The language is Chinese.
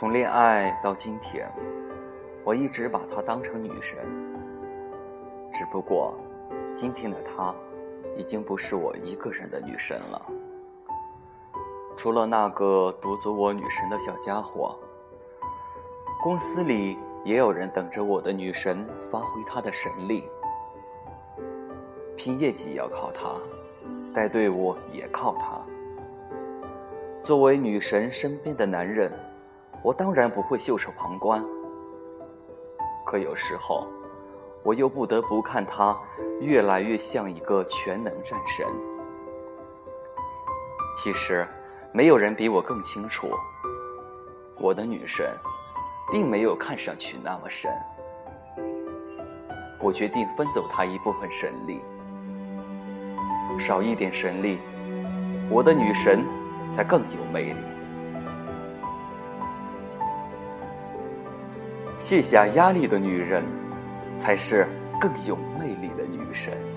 从恋爱到今天，我一直把她当成女神。只不过，今天的她，已经不是我一个人的女神了。除了那个夺走我女神的小家伙，公司里也有人等着我的女神发挥她的神力。拼业绩要靠她，带队伍也靠她。作为女神身边的男人，我当然不会袖手旁观。可有时候，我又不得不看她越来越像一个全能战神。其实，没有人比我更清楚，我的女神并没有看上去那么神。我决定分走她一部分神力，少一点神力，我的女神才更有魅力。卸下压力的女人，才是更有魅力的女神。